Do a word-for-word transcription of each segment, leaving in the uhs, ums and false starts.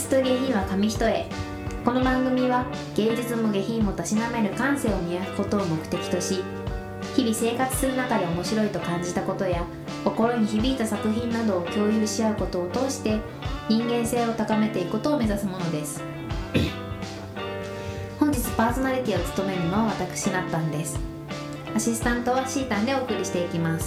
術と下品は紙一重。この番組は芸術も下品もたしなめる感性を磨くことを目的とし、日々生活する中で面白いと感じたことや心に響いた作品などを共有し合うことを通して人間性を高めていくことを目指すものです本日パーソナリティを務めるのは私なったんです。アシスタントはシータンでお送りしていきます。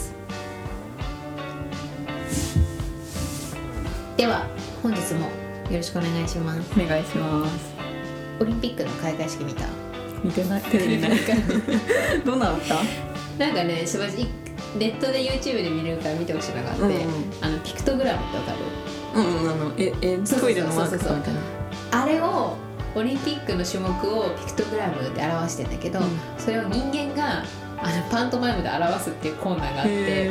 では本日もよろしくお願いします。 お願いします。 オリンピックの開会式見た？ 見てない、テレビないどんなだった？ なんかね、しばしネットで YouTube で見れるから見てほしいのがあって、うんうん、あのピクトグラムってわかる？ うんうん、あのええトイレのマークみたいな。 あれをオリンピックの種目をピクトグラムで表してんだけど、うん、それを人間があのパントマイムで表すっていうコーナーがあって、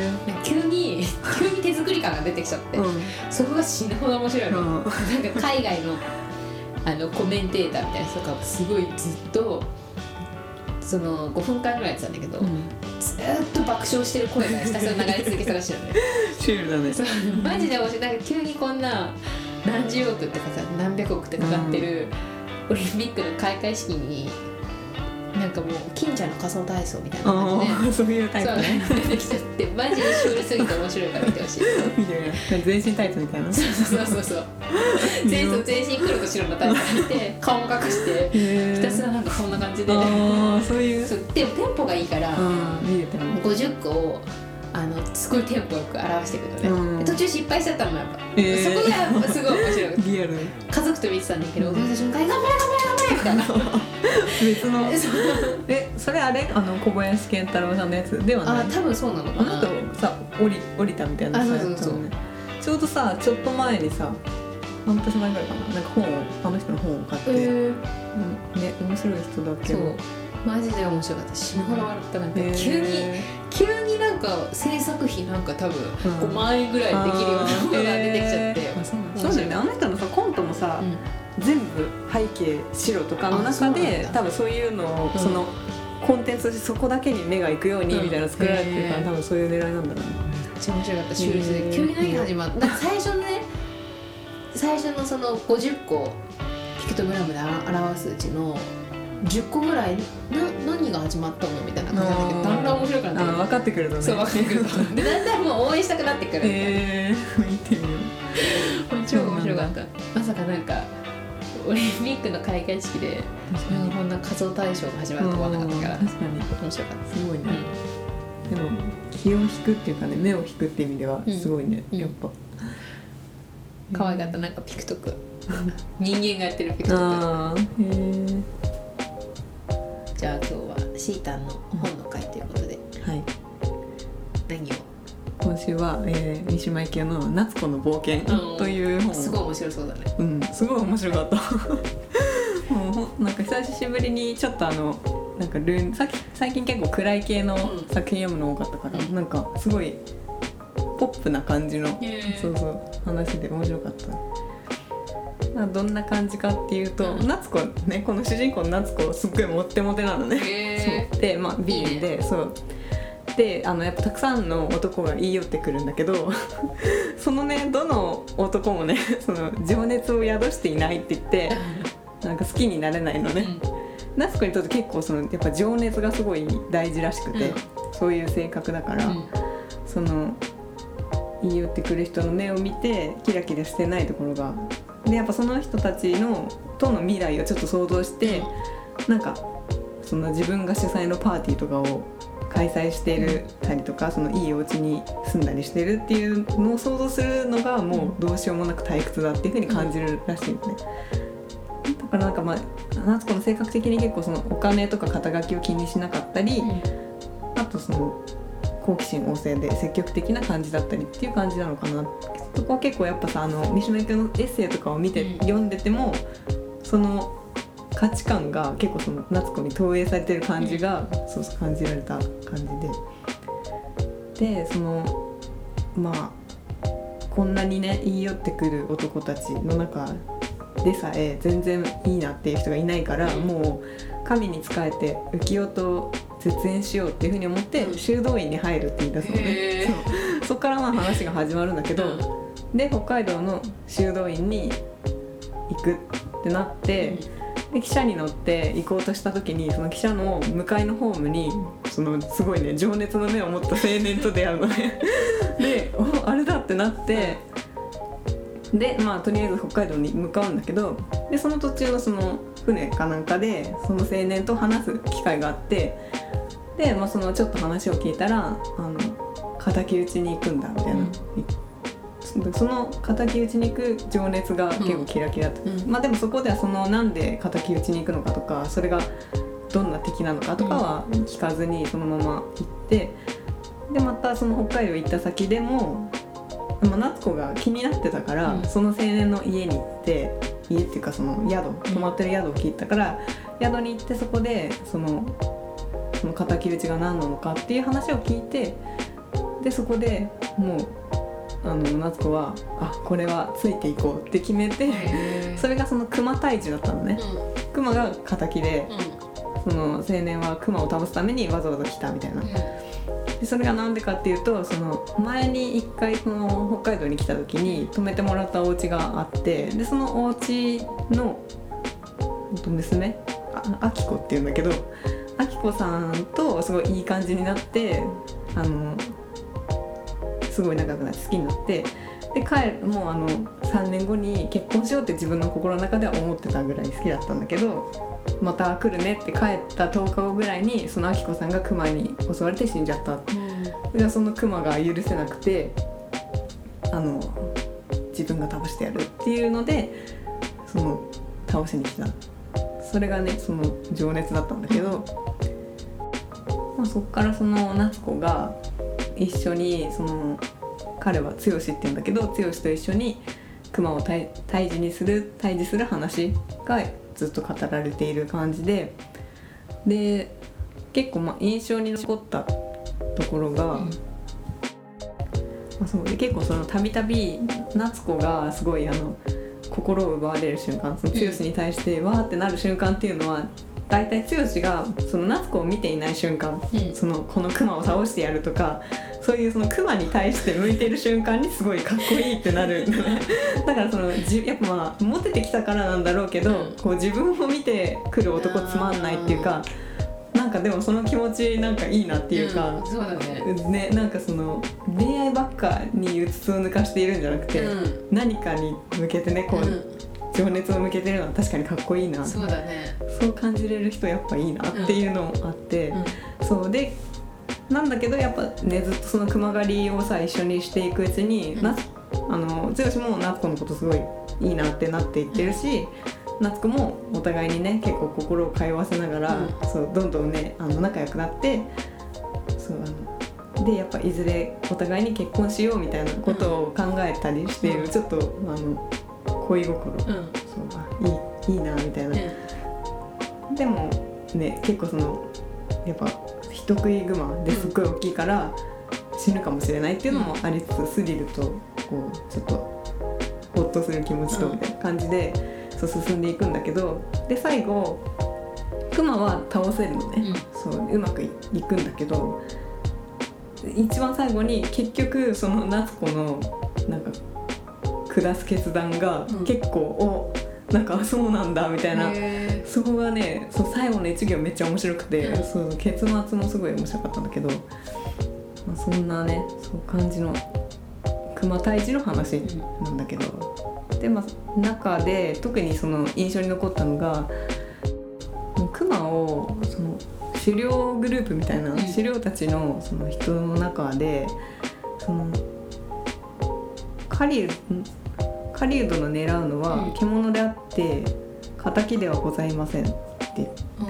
急に急に手作り感が出てきちゃって、うん、そこが死ぬほど面白いの、うん、なんか海外のあのコメンテーターみたいな人がすごいずっとそのごふんかんぐらいやってたんだけど、うん、ずっと爆笑してる声がひたすら流れ続けたらしいのねシュールだね。 そうマジで面白い。なんか急にこんな何十億ってかさ何百億ってかかってるオリンピックの開会式になんかもう近所の仮想体操みたいな感じで、 そういうタイプね出てきちゃってマジでシュールすぎて面白いから見てほしいみたいな全身タイツみたいな。 そうそうそうそう全身全身黒と白のタイツ見て顔も隠してひたすらなんかこんな感じで、 あそういうそうでもテンポがいいから見れてもごじゅっこをあのすごいテンポよく表していくのね、うん、途中失敗しちゃったのもやっぱ、えー、そこがやっぱすごい面白いリアル家族と見てたんだけど、うん、私瞬間頑張れ頑張れ頑張れみたいな別のえそれあれあの小林健太郎さんのやつではない？ あ多分そうなのかな。 あの人さ降り降りたみたいなさ、 そうそうそう、 ね、ちょうどさちょっと前にさ半年前ぐらいかななんか本をあの人の本を買って、えーうん、ね面白い人だけどマジで面白かった。死ぬほど笑った。なんか急に急になんか制作費なんか多分ごまんえんぐらいできるような人が出てきちゃって、 あそうなんだよね。あの人のさコントもさ、うん、全部背景白とかの中で多分そういうのを、うん、そのコンテンツとしてそこだけに目が行くようにみたいな作られてるから、多分そういう狙いなんだろうね。 めっちゃ面白かった。シュールで急に何が始まった。なんか最初のね最初のそのごじゅっこピクトグラムで表すうちのじゅっこぐらいな何が始まったのみたいな感じなんだけど、だんだん面白くなってくる。 分かってくるとね。 そう分かってくるとでだんだんもう応援したくなってくるみたいな。 えー、見てみよう超面白かった。まさかなんかオリンピックの開会式でこんな仮装大賞が始まると思わなかったから、 確かに面白かった。 すごいね、うん、でも気を引くっていうかね目を引くっていう意味ではすごいね、うん、やっぱ可愛かった。なんかピクトク人間がやってるピクトク。 あーへー。 じゃあ今日はシータンの本の会ということで、 はい、何を今週は、えー、三島由紀夫の夏子の冒険という本、 すごい面白そうだね。 うんすごい面白かったもうなんか久しぶりにちょっとあのなんかルンさ最近結構暗い系の作品読むの多かったから、うん、なんかすごいポップな感じの、そうそう話で面白かった。どんな感じかっていうと、うん、夏子ねこの主人公の夏子すっごいモテモテなのね。そうでまあ美人でいい、ね、そうであのやっぱたくさんの男が言い寄ってくるんだけどそのねどの男もねその情熱を宿していないって言ってなんか好きになれないのね、うん、夏子にとって結構そのやっぱ情熱がすごい大事らしくて、うん、そういう性格だから、うん、その言い寄ってくる人の目を見てキラキラしてないところがでやっぱその人たちのとの未来をちょっと想像して、うん、なんかその自分が主催のパーティーとかを開催してるたりとか、そのいいお家に住んだりしてるっていうのを想像するのがもうどうしようもなく退屈だっていう風に感じるらしいのね。だからなんかまあ夏子の性格的に結構そのお金とか肩書きを気にしなかったり、うん、あとその好奇心旺盛で積極的な感じだったりっていう感じなのかな。そこは結構やっぱさあの三島由紀夫のエッセイとかを見て、うん、読んでてもその価値観が結構その夏子に投影されてる感じが、うん、そうそう感じられた感じででそのまあこんなにね言い寄ってくる男たちの中でさえ全然いいなっていう人がいないから、うん、もう神に仕えて浮世と絶縁しようっていう風に思って修道院に入るって言い出すのね。そうそっからまあ話が始まるんだけど、うん、で北海道の修道院に行行くってなって、うん、で汽車に乗って行こうとした時にその汽車の向かいのホームにそのすごいね情熱の目を持った青年と出会うのねであれだってなってでまあとりあえず北海道に向かうんだけどでその途中のその船かなんかでその青年と話す機会があってで、まあ、そのちょっと話を聞いたらあの敵討ちに行くんだみたいな、うん、その敵討ちに行く情熱が結構キラキラと、うん、まあでもそこではそのなんで敵討ちに行くのかとかそれがどんな敵なのかとかは聞かずにそのまま行ってでまたその北海道行った先でも、まあ、夏子が気になってたから、うん、その青年の家に行って家っていうかその宿泊まってる宿を聞いたから宿に行ってそこでそのその敵討ちが何なのかっていう話を聞いてでそこでもうあの夏子はあこれはついていこうって決めてそれがその熊退治だったのね、うん、熊が敵で、うん、その青年は熊を倒すためにわざわざ来たみたいな、うん、でそれがなんでかっていうとその前に一回その北海道に来た時に泊めてもらったお家があってでそのお家の娘あきこっていうんだけどあきこさんとすごいいい感じになってあのすごい仲良くなって好きになってで帰るもうあのさんねんごに結婚しようって自分の心の中では思ってたぐらい好きだったんだけどまた来るねって帰ったとおかごぐらいにそのあきこさんがクマに襲われて死んじゃった、うん、でそのクマが許せなくてあの自分が倒してやるっていうのでその倒しに来たそれがねその情熱だったんだけど、まあ、そっからその夏子が一緒にその彼は剛って言うんだけど剛と一緒に熊を退治にする退治する話がずっと語られている感じでで結構まあ印象に残ったところが、うんまあ、そうで結構そのたびたび夏子がすごいあの心を奪われる瞬間その剛に対してわーってなる瞬間っていうのはだいたい剛がその夏子を見ていない瞬間、うん、そのこの熊を倒してやるとかそういうその熊に対して向いてる瞬間にすごいかっこいいってなるだからそのじやっぱまあモテてきたからなんだろうけど、うん、こう自分を見てくる男つまんないっていうかなんかでもその気持ちなんかいいなっていうか、 うん、そうだね、 ねなんかその恋愛ばっかにうつつを抜かしているんじゃなくて、うん、何かに向けてねこう、うん情熱を向けてるのは確かにかっこいいなそうだねそう感じれる人やっぱいいなっていうのもあって、うんうん、そうでなんだけどやっぱねずっとその熊狩りをさ一緒にしていくうちに、うん、なあの剛も夏子のことすごいいいなってなっていってるし、うん、夏子もお互いにね結構心を通わせながら、うん、そうどんどんねあの仲良くなってそうあのでやっぱいずれお互いに結婚しようみたいなことを考えたりしている、うん、ちょっとあの恋心、うん、そういい、いいなみたいな、うん、でもね結構そのやっぱ人食いグマですっごい大きいから死ぬかもしれないっていうのもありつつスリルとこうちょっとホッとする気持ちとみたいな感じで、うん、そう進んでいくんだけどで最後クマは倒せるのね、うん、そううまくいくんだけど一番最後に結局その夏子のなんか下す決断が結構、うん、おなんかそうなんだみたいなそこがねそう最後の一行めっちゃ面白くて、うん、そう結末もすごい面白かったんだけど、まあ、そんなねそう感じの熊退治の話なんだけどで、まあ、中で特にその印象に残ったのが熊をその狩猟グループみたいな、うん、狩猟たちのその人の中でその狩人狩人の狙うのは獣であって仇ではございませんって、うん、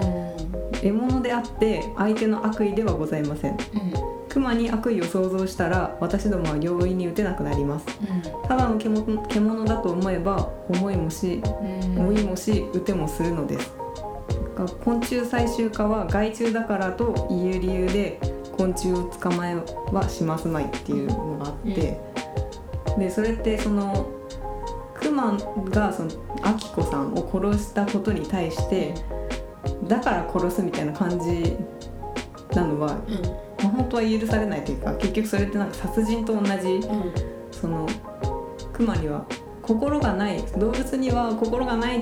獲物であって相手の悪意ではございません、うん、熊に悪意を想像したら私どもは容易に撃てなくなります、うん、ただの獣、獣だと思えば思いもし、うん、思いもし撃てもするのです。昆虫採集家は害虫だからという理由で昆虫を捕まえはしますまいっていうのがあって、うん、でそれってそのクマがそのアキコさんを殺したことに対してだから殺すみたいな感じなのは、うんまあ、本当は許されないというか結局それってなんか殺人と同じ、うん、そのクマには心がない動物には心がないって、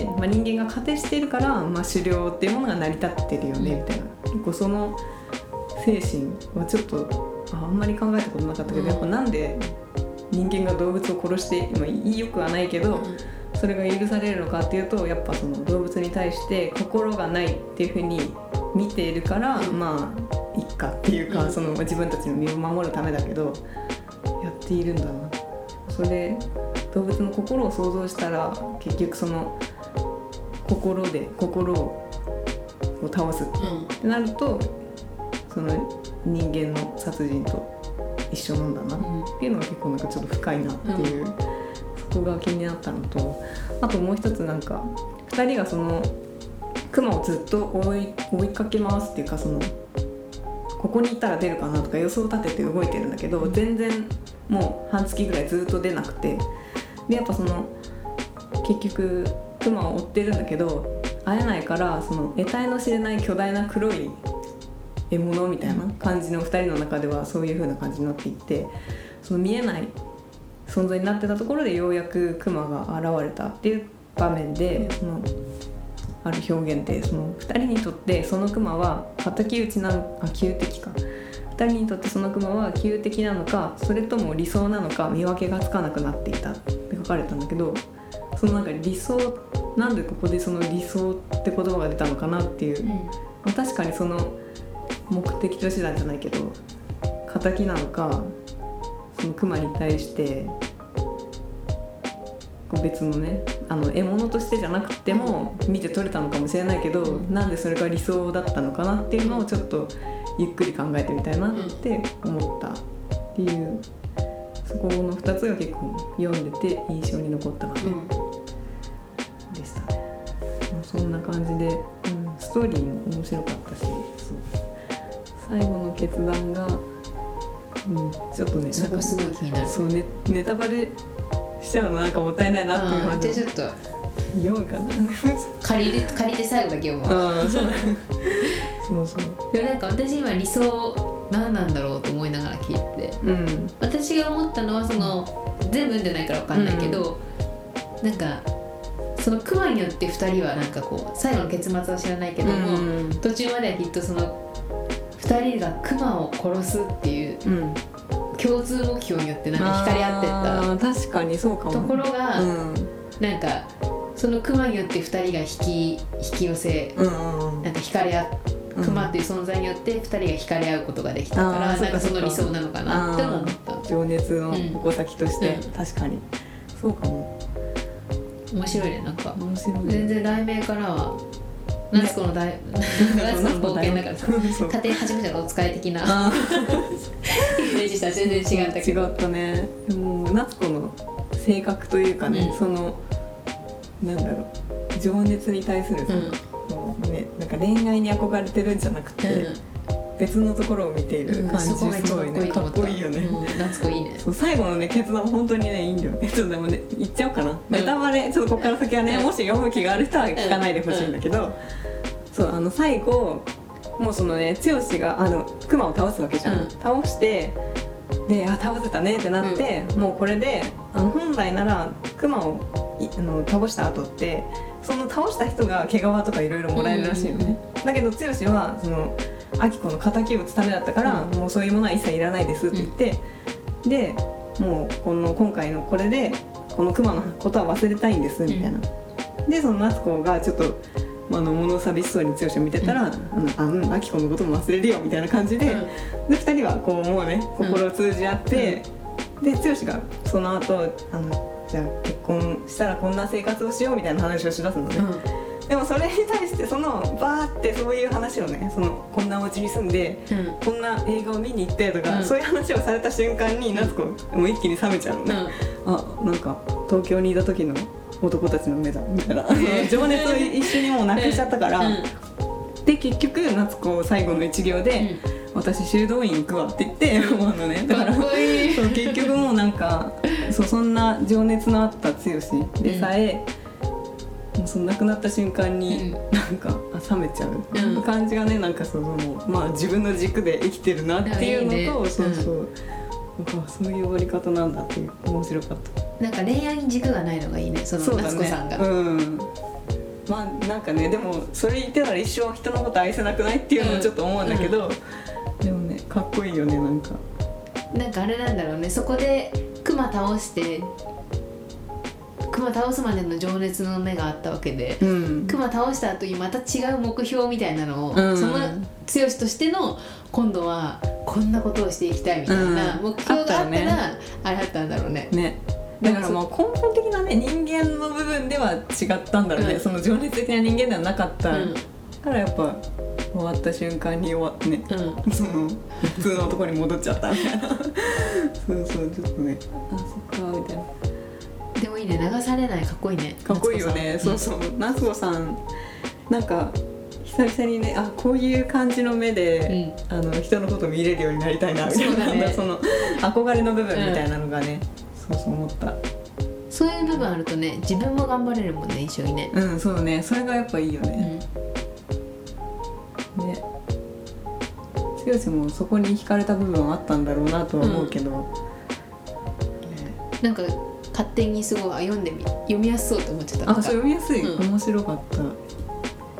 まあ、人間が仮定しているから、まあ、狩猟っていうものが成り立ってるよねみたいな、結構その精神はちょっと あ, あんまり考えたことなかったけど、やっぱなんで人間が動物を殺して今良くはないけどそれが許されるのかっていうと、やっぱその動物に対して心がないっていうふうに見ているから、まあいっかっていうか、その自分たちの身を守るためだけどやっているんだな。それ動物の心を想像したら結局その心で心を倒すってなると、その人間の殺人と一緒なんだなっていうのが結構なんかちょっと深いなっていう、そこが気になったのと、あともう一つなんかふたりがそのクマをずっと追い、追いかけ回すっていうか、そのここに行ったら出るかなとか予想を立てて動いてるんだけど、全然もう半月ぐらいずっと出なくて、でやっぱその結局クマを追ってるんだけど会えないから、その得体の知れない巨大な黒い獲物みたいな感じのふたりの中ではそういう風な感じになっていって、その見えない存在になってたところでようやくクマが現れたっていう場面で、そのある表現でそのふたりにとってそのクマは敵討ちなのか旧敵か、ふたりにとってそのクマは旧敵なのかそれとも理想なのか見分けがつかなくなっていたって書かれたんだけど、そのなんか理想、なんでここでその理想って言葉が出たのかなっていう、うんまあ、確かにその目的と手段じゃないけど敵なのか、そのクマに対してこう別のねあの獲物としてじゃなくても見て取れたのかもしれないけど、なんでそれが理想だったのかなっていうのをちょっとゆっくり考えてみたいなって思ったっていう、そこのふたつが結構読んでて印象に残ったので、うん、でしたね。そんな感じで、うん、ストーリーも面白かったし、そう最後の決断が、うん、ちょっとねそこすごい気になる。 そう、ね、ネタバレしちゃうのなんかもったいないなっていう感じで、 ちょっと読むかな借りる借りて最後だけ読むわ。 あそうそうそうでもなんか私今理想何なんだろうと思いながら聞いてて、うん、私が思ったのはその全部読んでないから分かんないけど、うん、なんかそのクマによってふたりはなんかこう最後の結末は知らないけども、うん、途中まではきっとそのふたりがクマを殺すっていう、うん共通目標によってなんか惹かれ合ってった確かにそうかもところが、うん、なんかそのクマによってふたりが引き、引き寄せ、うんうん、なんか惹かれ合うクマっていう存在によってふたりが惹かれ合うことができたから、うん、なんかその理想なのかなって思った。 情熱の矛先として、うん、確かにそうかも。 面白いね。なんか面白い全然題名からは夏子の大夏子の冒険だからさ家庭初めてのお使い的なイメージしたら全然違ったけど違ったね。でも夏子の性格というかね、うん、そのなんだろう情熱に対するさ、うんね、なんか恋愛に憧れてるんじゃなくて、うん、別のところを見ている感じ、うん、すごいねかっこいいよね、 うん、夏子いいね。 そう最後のね決断本当にねいいんだよね。ちょっとでもね言っちゃおうかな、うん、ネタバレちょっとここから先はね、うん、もし読む気がある人は聞かないでほしいんだけど、うんうん、そうあの最後もうそのね剛があのクマを倒すわけじゃん、うん、倒してであ倒せたねってなって、うん、もうこれであの本来ならクマをあの倒した後ってその倒した人が毛皮とかいろいろもらえるらしいよね、うん、だけど剛はそのアキコの敵を打つためだったから、うん、もうそういうものは一切いらないですって言って、うん、でもうこの今回のこれでこのクマのことは忘れたいんですみたいな、うん、でその夏子がちょっとあの物寂しそうに剛を見てたら、うん、あうんアキコのことも忘れるよみたいな感じで、うん、でふたりはこうもうね心を通じ合って、うん、で剛がその後あのじゃあ結婚したらこんな生活をしようみたいな話をしだすのね、うん、でもそれに対してそのバーってそういう話をねそのこんなお家に住んで、うん、こんな映画を見に行ってとか、うん、そういう話をされた瞬間に夏子もう一気に冷めちゃうのね、うん、あなんか東京にいた時の男たちの目だみたいな情熱を一緒にもうなくしちゃったから、うん、で結局夏子最後の一行で、うん、私修道院行くわって言って思うのね。だからそう結局もうなんかそうそんな情熱のあった剛でさえ、うん、もうその亡くなった瞬間になんか冷めちゃう、うん、感じがねなんかそのまあ自分の軸で生きてるなっていうのと、いいね、そうそう、 なんかそういう終わり方なんだっていう面白かった。 なんか恋愛に軸がないのがいいね、その夏子さんが。 う、ね、うん、まあなんかね、でもそれ言ってたら一生人のこと愛せなくないっていうのもちょっと思うんだけど、うんうん、でもねかっこいいよね。なんかなんかあれなんだろうね、そこでクマ倒してクマ倒すまでの情熱の目があったわけで、うん、クマ倒した後にまた違う目標みたいなのを、うん、その剛としての今度はこんなことをしていきたいみたいな目標があったら、うん、あれだったんだろうね。 ね、だからもう根本的なね人間の部分では違ったんだろうね、うん、その情熱的な人間ではなかった、うん、からやっぱ終わった瞬間に終わってね、うん、その普通のところに戻っちゃったみたいなそうそうちょっとね、あそっかみたいな。 でもいいね、流されない、かっこいいね、 かっこいいよね。そうそう、夏子さんなんか久々にね、あこういう感じの目で、うん、あの人のこと見れるようになりたいなみたいな、そうだね、その憧れの部分みたいなのがね、うん、そうそう思った。 そういう部分あるとね、自分も頑張れるもんね、一緒にね。 うん、そうね、それがやっぱいいよね、うん、ね、剛もそこに惹かれた部分はあったんだろうなとは思うけど、うん、ね、 なんか勝手にすごい読んでみ読みやすそうと思っちゃった。 あ、そう読みやすい、うん、面白かった。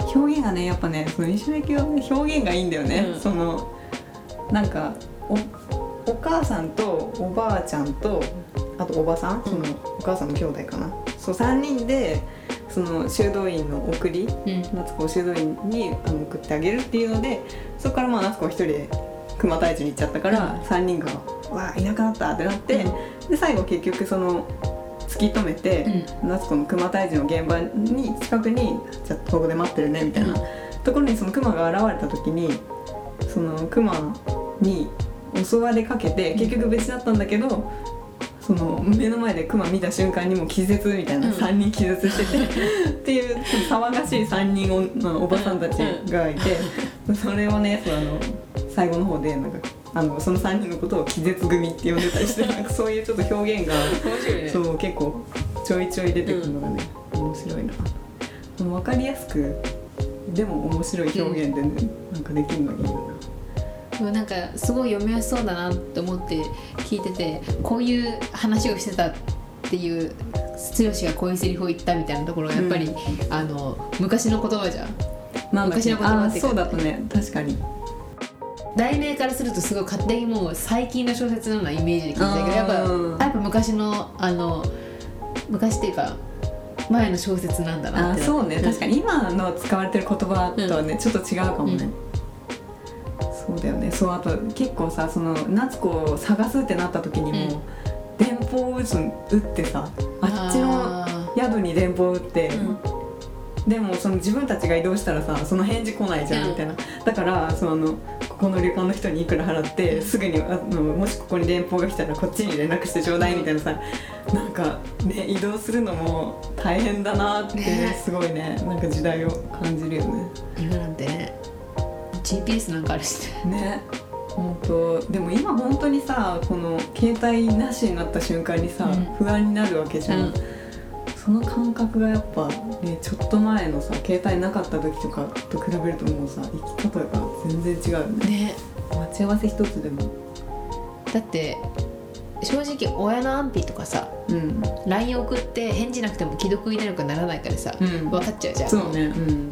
表現がねやっぱね、その西巻は、ね、表現がいいんだよね、うん、そのなんか お, お母さんとおばあちゃんとあとおばさん、うん、そのお母さんの兄弟かな、そうさんにんでその修道院の送り、うん、夏子を修道院にあの送ってあげるっていうので、そこからまあ夏子は一人で熊退治に行っちゃったから、うん、さんにんがわーいなくなったってなって、うん、で最後結局その突き止めて、うん、夏子の熊退治の現場に近くにじゃあここで待ってるねみたいな、うん、ところにその熊が現れた時にその熊に襲われかけて結局別だったんだけど、その目の前で熊見た瞬間にもう気絶みたいな、うん、さんにん気絶しててっていう騒がしいさんにん お, おばさんたちがいて、それをねそのあの最後の方でなんかあのそのさんにんのことを気絶組って呼んでたりしてなんかそういうちょっと表現が面白い、ね、そう結構ちょいちょい出てくるのがね、うん、面白いな。分かりやすくでも面白い表現でね、うん、なんかできるのがいいよな。 でもなんかすごい読みやすそうだなって思って聞いてて、こういう話をしてたっていう剛がこういうセリフを言ったみたいなところがやっぱり、うん、あの昔の言葉じゃん。 なんだっけ、昔の言葉ってそうだとね、確かに題名からするとすごい勝手にもう最近の小説のようなイメージで聞いたけど、やっぱやっぱ昔のあの昔っていうか前の小説なんだなって。 あ、そうね、確かに今の使われてる言葉とはね、うん、ちょっと違うかもね、うん、そうだよね。そう、あと結構さ、その夏子を探すってなった時にも、うん、電報を打つ打ってさ、あっちの宿に電報を打って、うん、でもその自分たちが移動したらさ、その返事来ないじゃん、うん、みたいな。だからそのこの旅館の人にいくら払ってすぐにあのもしここに電報が来たらこっちに連絡してちょうだいみたいなさ、なんかね移動するのも大変だなってすごいね、なんか時代を感じるよね。 今なんてね ジーピーエス なんかあるしね。 ね、本当。でも今本当にさ、この携帯なしになった瞬間にさ、うん、不安になるわけじゃん、うん、その感覚がやっぱ、ね、ちょっと前のさ携帯なかった時とかと比べるともうさ生き方が全然違うよね。ね、待ち合わせ一つでも。 だって正直親の安否とかさ、うん、ライン 送って返事なくても既読になるかならないからさ、うん、分かっちゃうじゃん。 そうね、うん、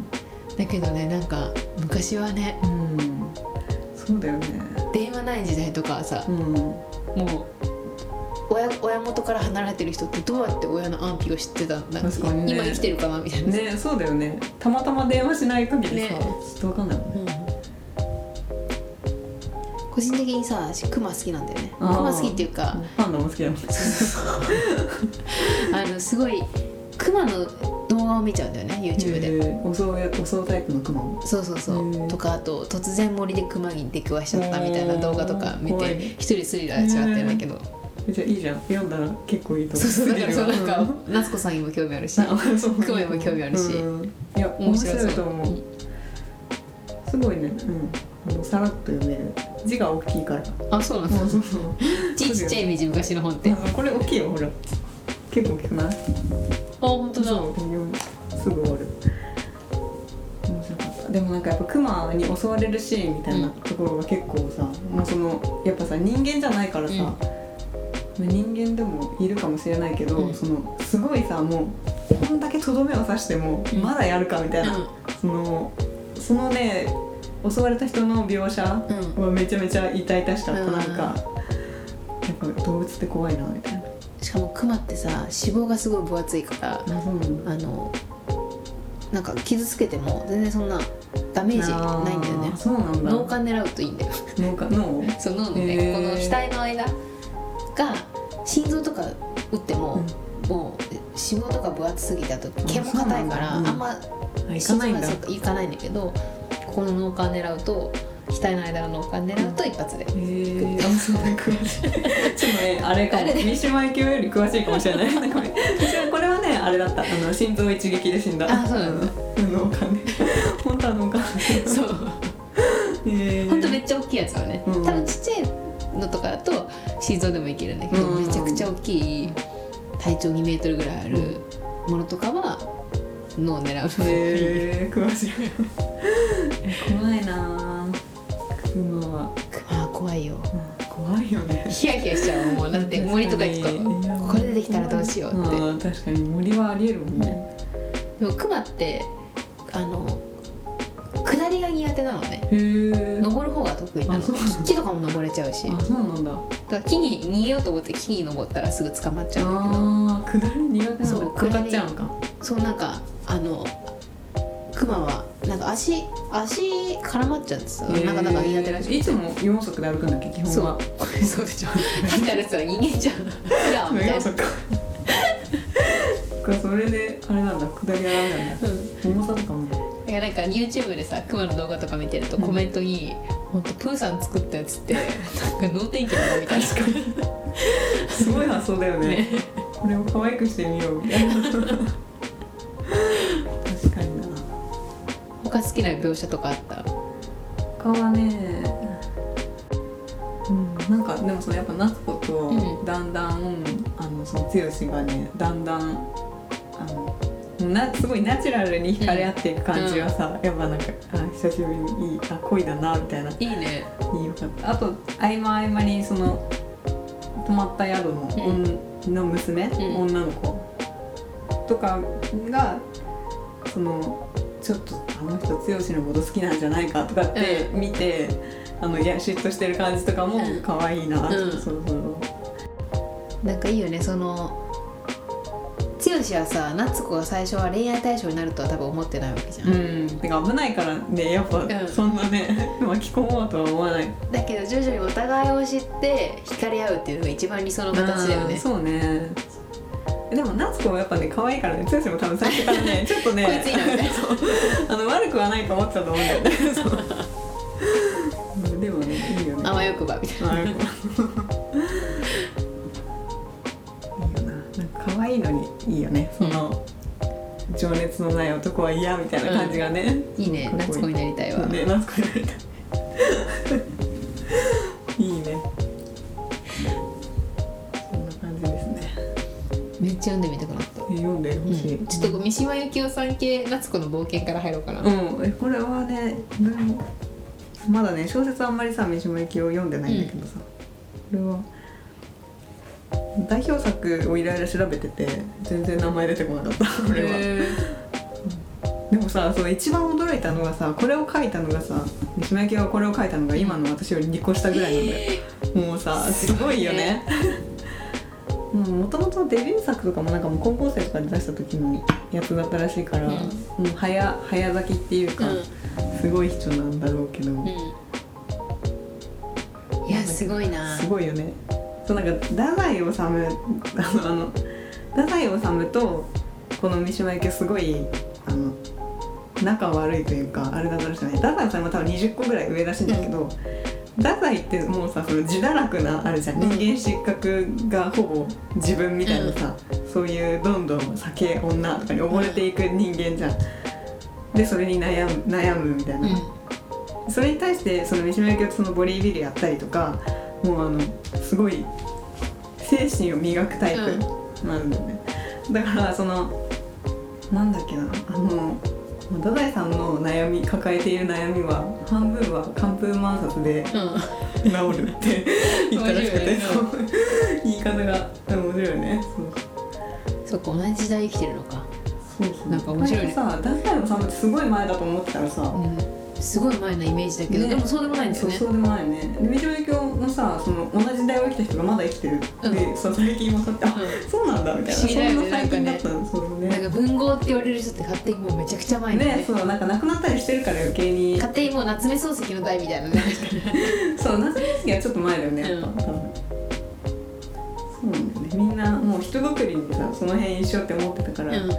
だけどね、なんか昔はね、 うん、そうだよね。 電話ない時代とかはさ、うん、もう親, 親元から離れてる人ってどうやって親の安否を知ってたんだ、確かに、ね、今生きてるかなみたいなね。そうだよね。たまたま電話しない限りさ、ね、ちょっと分かんないもんね、 うん、個人的にさ、クマ好きなんだよね。クマ好きっていうかパンダも好きだもんあのすごいクマの動画を見ちゃうんだよね YouTube で。 襲うタイプのクマも。 そうそうそうとか、あと突然森でクマに出くわしちゃったみたいな動画とか見て一人スリラーしちゃってるんだけど、 じゃあいいじゃん、読んだら結構いいと思う。 そうそう、だからそう、なんか夏子さんにも興味あるしクマにも興味あるし、うん、 いや面白いと思う、うん、すごいね、うん、さらっと読める。字が大きいから。 あ、そうなんだ。字ちっちゃいイメージ、昔の本って。 これ大きいよ、ほら結構大きくない？あ、 本当だ。 そうすぐ終わる。面白かった。でもなんかやっぱクマに襲われるシーンみたいなところが結構さ、うん、もうそのやっぱさ人間じゃないからさ、うん、 人間でもいるかもしれないけど、うん、そのすごいさもうこんだけとどめを刺してもまだやるかみたいな、うん、そのそのね襲われた人の描写はめちゃめちゃ痛々しかった、うん、なんかやっぱ動物って怖いなみたいな。 しかもクマってさ脂肪がすごい分厚いから、うん、あのなんか傷つけても全然そんなダメージないんだよね。 そうなんだ。 脳幹狙うといいんだよ。 脳幹脳そう脳のねこの額の間が心臓とか打っても、うん、もう脂肪とか分厚すぎてあと毛も硬いから、うん、あんまいかないんだ。 いかないんだけどここの脳幹狙うと額の間の脳幹狙うと一発で。へえ。あ、そうなんか詳しい。ちょっとねあれかも。三島由紀夫より詳しいかもしれない。なんかね、これはねあれだった。あの心臓一撃で死んだ。 あ、そうなんだ。 脳幹ね。本当は脳幹。 そう。本当めっちゃ大きいやつはね。うん、多分ちっちゃいのとかだと心臓でもいけるんだけど、うん、めちゃくちゃ大きい体長にメートルぐらいあるものとかは脳を狙う。 へえ、詳しい。怖いな。クマはクマは怖いよ、 うん、怖いよね。 ヒヤヒヤしちゃうもん。だって森とか行くとこれ出てきたらどうしようって。 あ、確かに森はありえるもんね。 でもクマってあの下りが苦手なのね。 へー。 登る方が得意なの。木とかも登れちゃうし。 あ、そうなんだ。だから木に逃げようと思って木に登ったらすぐ捕まっちゃうんだけど。 ああ、下り苦手なの。そう、下っちゃうのか。 そう、なんかあのクマはなんか足足絡まっちゃうんですよ。なかなか苦手らしい。 いつもよん足で歩くんだっけ基本は。 そうそうでしょ。来たらさ人間じゃん。いやみたいな。そっか。それであれなんだ、下りがダメなんだ。うん、重さとかも。 いやなんか YouTube でさクマの動画とか見てるとコメントに、うん、ほんとプーさん作ったやつってなんか脳天気だなみたいな。 確かに。すごい発想だよね。ね、これを可愛くしてみようみたいな。確かにな。 他好きな描写とかあった？ 他はね、うん、なんかでもそのやっぱ夏子とだんだん、うん、あのその剛がねだんだんあのなすごいナチュラルに惹かれ合っていく感じはさ、うん、やっぱなんかあ久しぶりにいいあ恋だなみたいな。いいね。 いいよかった。あと合間合間にその泊まった宿の、うん、の娘、うん、女の子とかがそのちょっとあの人剛のこと好きなんじゃないかとかって見て、うん、あのいや嫉妬してる感じとかも可愛いな、うん、そうそうなんかいいよね。その剛はさ夏子が最初は恋愛対象になるとは多分思ってないわけじゃん。 うん。てか危ないからねやっぱそんなね、うん、巻き込もうとは思わない。 だけど徐々にお互いを知って惹かれ合うっていうのが一番理想の形だよね。 そうね。でも夏子もやっぱね可愛いからね。剛も多分最初からねちょっとねこいついいなみたいなあの悪くはないと思ってたと思うんだよね。でもねいいよね。 あわよくばみたいな。いいよな。なんか可愛いのにいいよね。その、うん、情熱のない男は嫌みたいな感じがね。 うん、いいね。夏子になりたいわ。 ね夏子になりたい。いいね。そんな感じですね。 めっちゃ読んでみたくなった。 読んでほしい、うん、 ちょっと三島由紀夫さん系夏子の冒険から入ろうかな。 うん、えこれはねまだね小説あんまりさ三島由紀夫読んでないんだけどさ、うん、これは代表作をいろいろ調べてて全然名前出てこなかったこれは、うん、でもさそう一番驚いたのがさこれを書いたのがさ三島由紀夫がこれを書いたのが今の私よりにこ下ぐらいなんだよ、えー、もうさすごいよね。もともとデビュー作とかもなんかもう高校生とかで出した時のやつだったらしいから、うん、もう早早咲きっていうか、うん、すごい人なんだろうけど、うん、 いやすごいな。 すごいよね。そうなんか太宰治あのあの太宰治とこの三島由紀夫すごいあの仲悪いというかあれだったらしいね。太宰治も多分にじゅっこぐらい上らしいんだけど、うん太宰ってもうさその自堕落なあるじゃん、人間失格がほぼ自分みたいなさ、うん、そういうどんどん酒女とかに溺れていく人間じゃん。でそれに悩む悩むみたいな、うん、それに対してその三島由紀夫とそのボディービルやったりとかもうあのすごい精神を磨くタイプなんだよね、うん、だからそのなんだっけなあの太宰さんの悩み抱えている悩みは半分は寒風万冊で治るって言ったらしくて、そう言い方が面白いね。 そうそっか、同じ時代生きてるのか。 そうそう、 なんか面白いね。 さ、太宰治ってすごい前だと思ってたらさ、うん、 すごい前のイメージだけど、ね、でもそうでもないんだよね。 そう、そうでもないね。三島由紀夫のさ、その同じ時代を生きた人がまだ生きてるって、うん、そう最近分かって、あ、うん、そうなんだみたいな。不思議だよね。そんな最近だったんですよね。 なんか文豪って言われる人って勝手にもうめちゃくちゃ前に ね, ね、そうなんか亡くなったりしてるから余計に勝手にもう夏目漱石の代みたいなね。 そう、夏目漱石はちょっと前だよね、やっぱ、うん、そうなんだよね。みんなもう人ごくりにさ、その辺一緒って思ってたから、うん、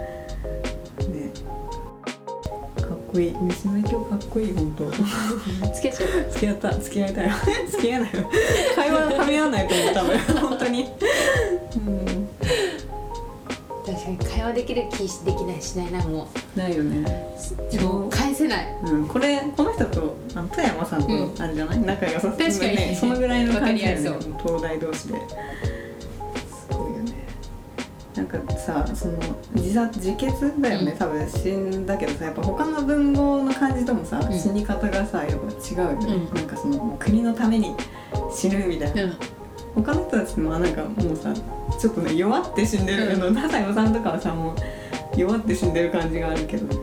三島由紀夫かっこいい、本当。 付き合っちゃう。 付き合った、付き合いたいよ。付き合えないよ。会話噛み合わないと思う、多分本当に。うん。 確かに会話できる気できないしないな、もう。ないよね。 もう返せない。 うん。これこの人とあの富山さんとあれじゃない？うん、仲良さそう。 確かにね。 そのぐらいの感じだよね。東大同士で。なんかさ、その自殺自決だよね、うん、多分死んだけどさ、やっぱ他の文豪の感じともさ、うん、死に方がさやっぱ違うよね、うん、なんかその国のために死ぬみたいな、うん、他の人たちもなんかもうさちょっとね弱って死んでるけど、太宰治さんとかはさもう弱って死んでる感じがあるけど、でも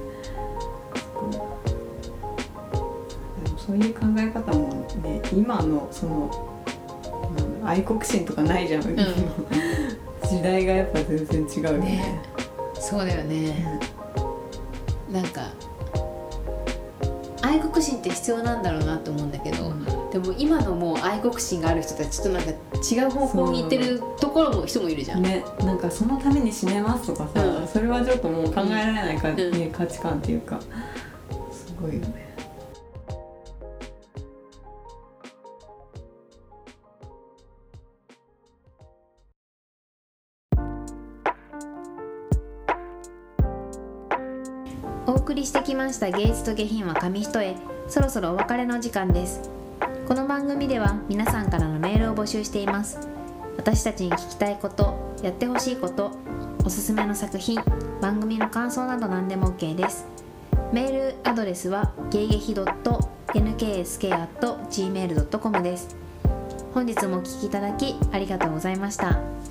そういう考え方もね今のその愛国心とかないじゃん、うん時代がやっぱ全然違うよね。ね、 そうだよね、うん、なんか愛国心って必要なんだろうなと思うんだけど、うん、でも今のもう愛国心がある人たちとなんか違う方向に行ってるところも人もいるじゃんね。なんかそのために死ねますとかさ、うん、それはちょっともう考えられないか、うんね、価値観っていうかすごいよね。 お送りしてきました芸術と下品は紙一重、そろそろお別れの時間です。この番組では皆さんからのメールを募集しています。私たちに聞きたいこと、やってほしいこと、おすすめの作品、番組の感想など何でも OK です。メールアドレスはゲイゲヒ エヌケーエスケー アット ジーメール ドットコム です。本日もお聞きいただきありがとうございました。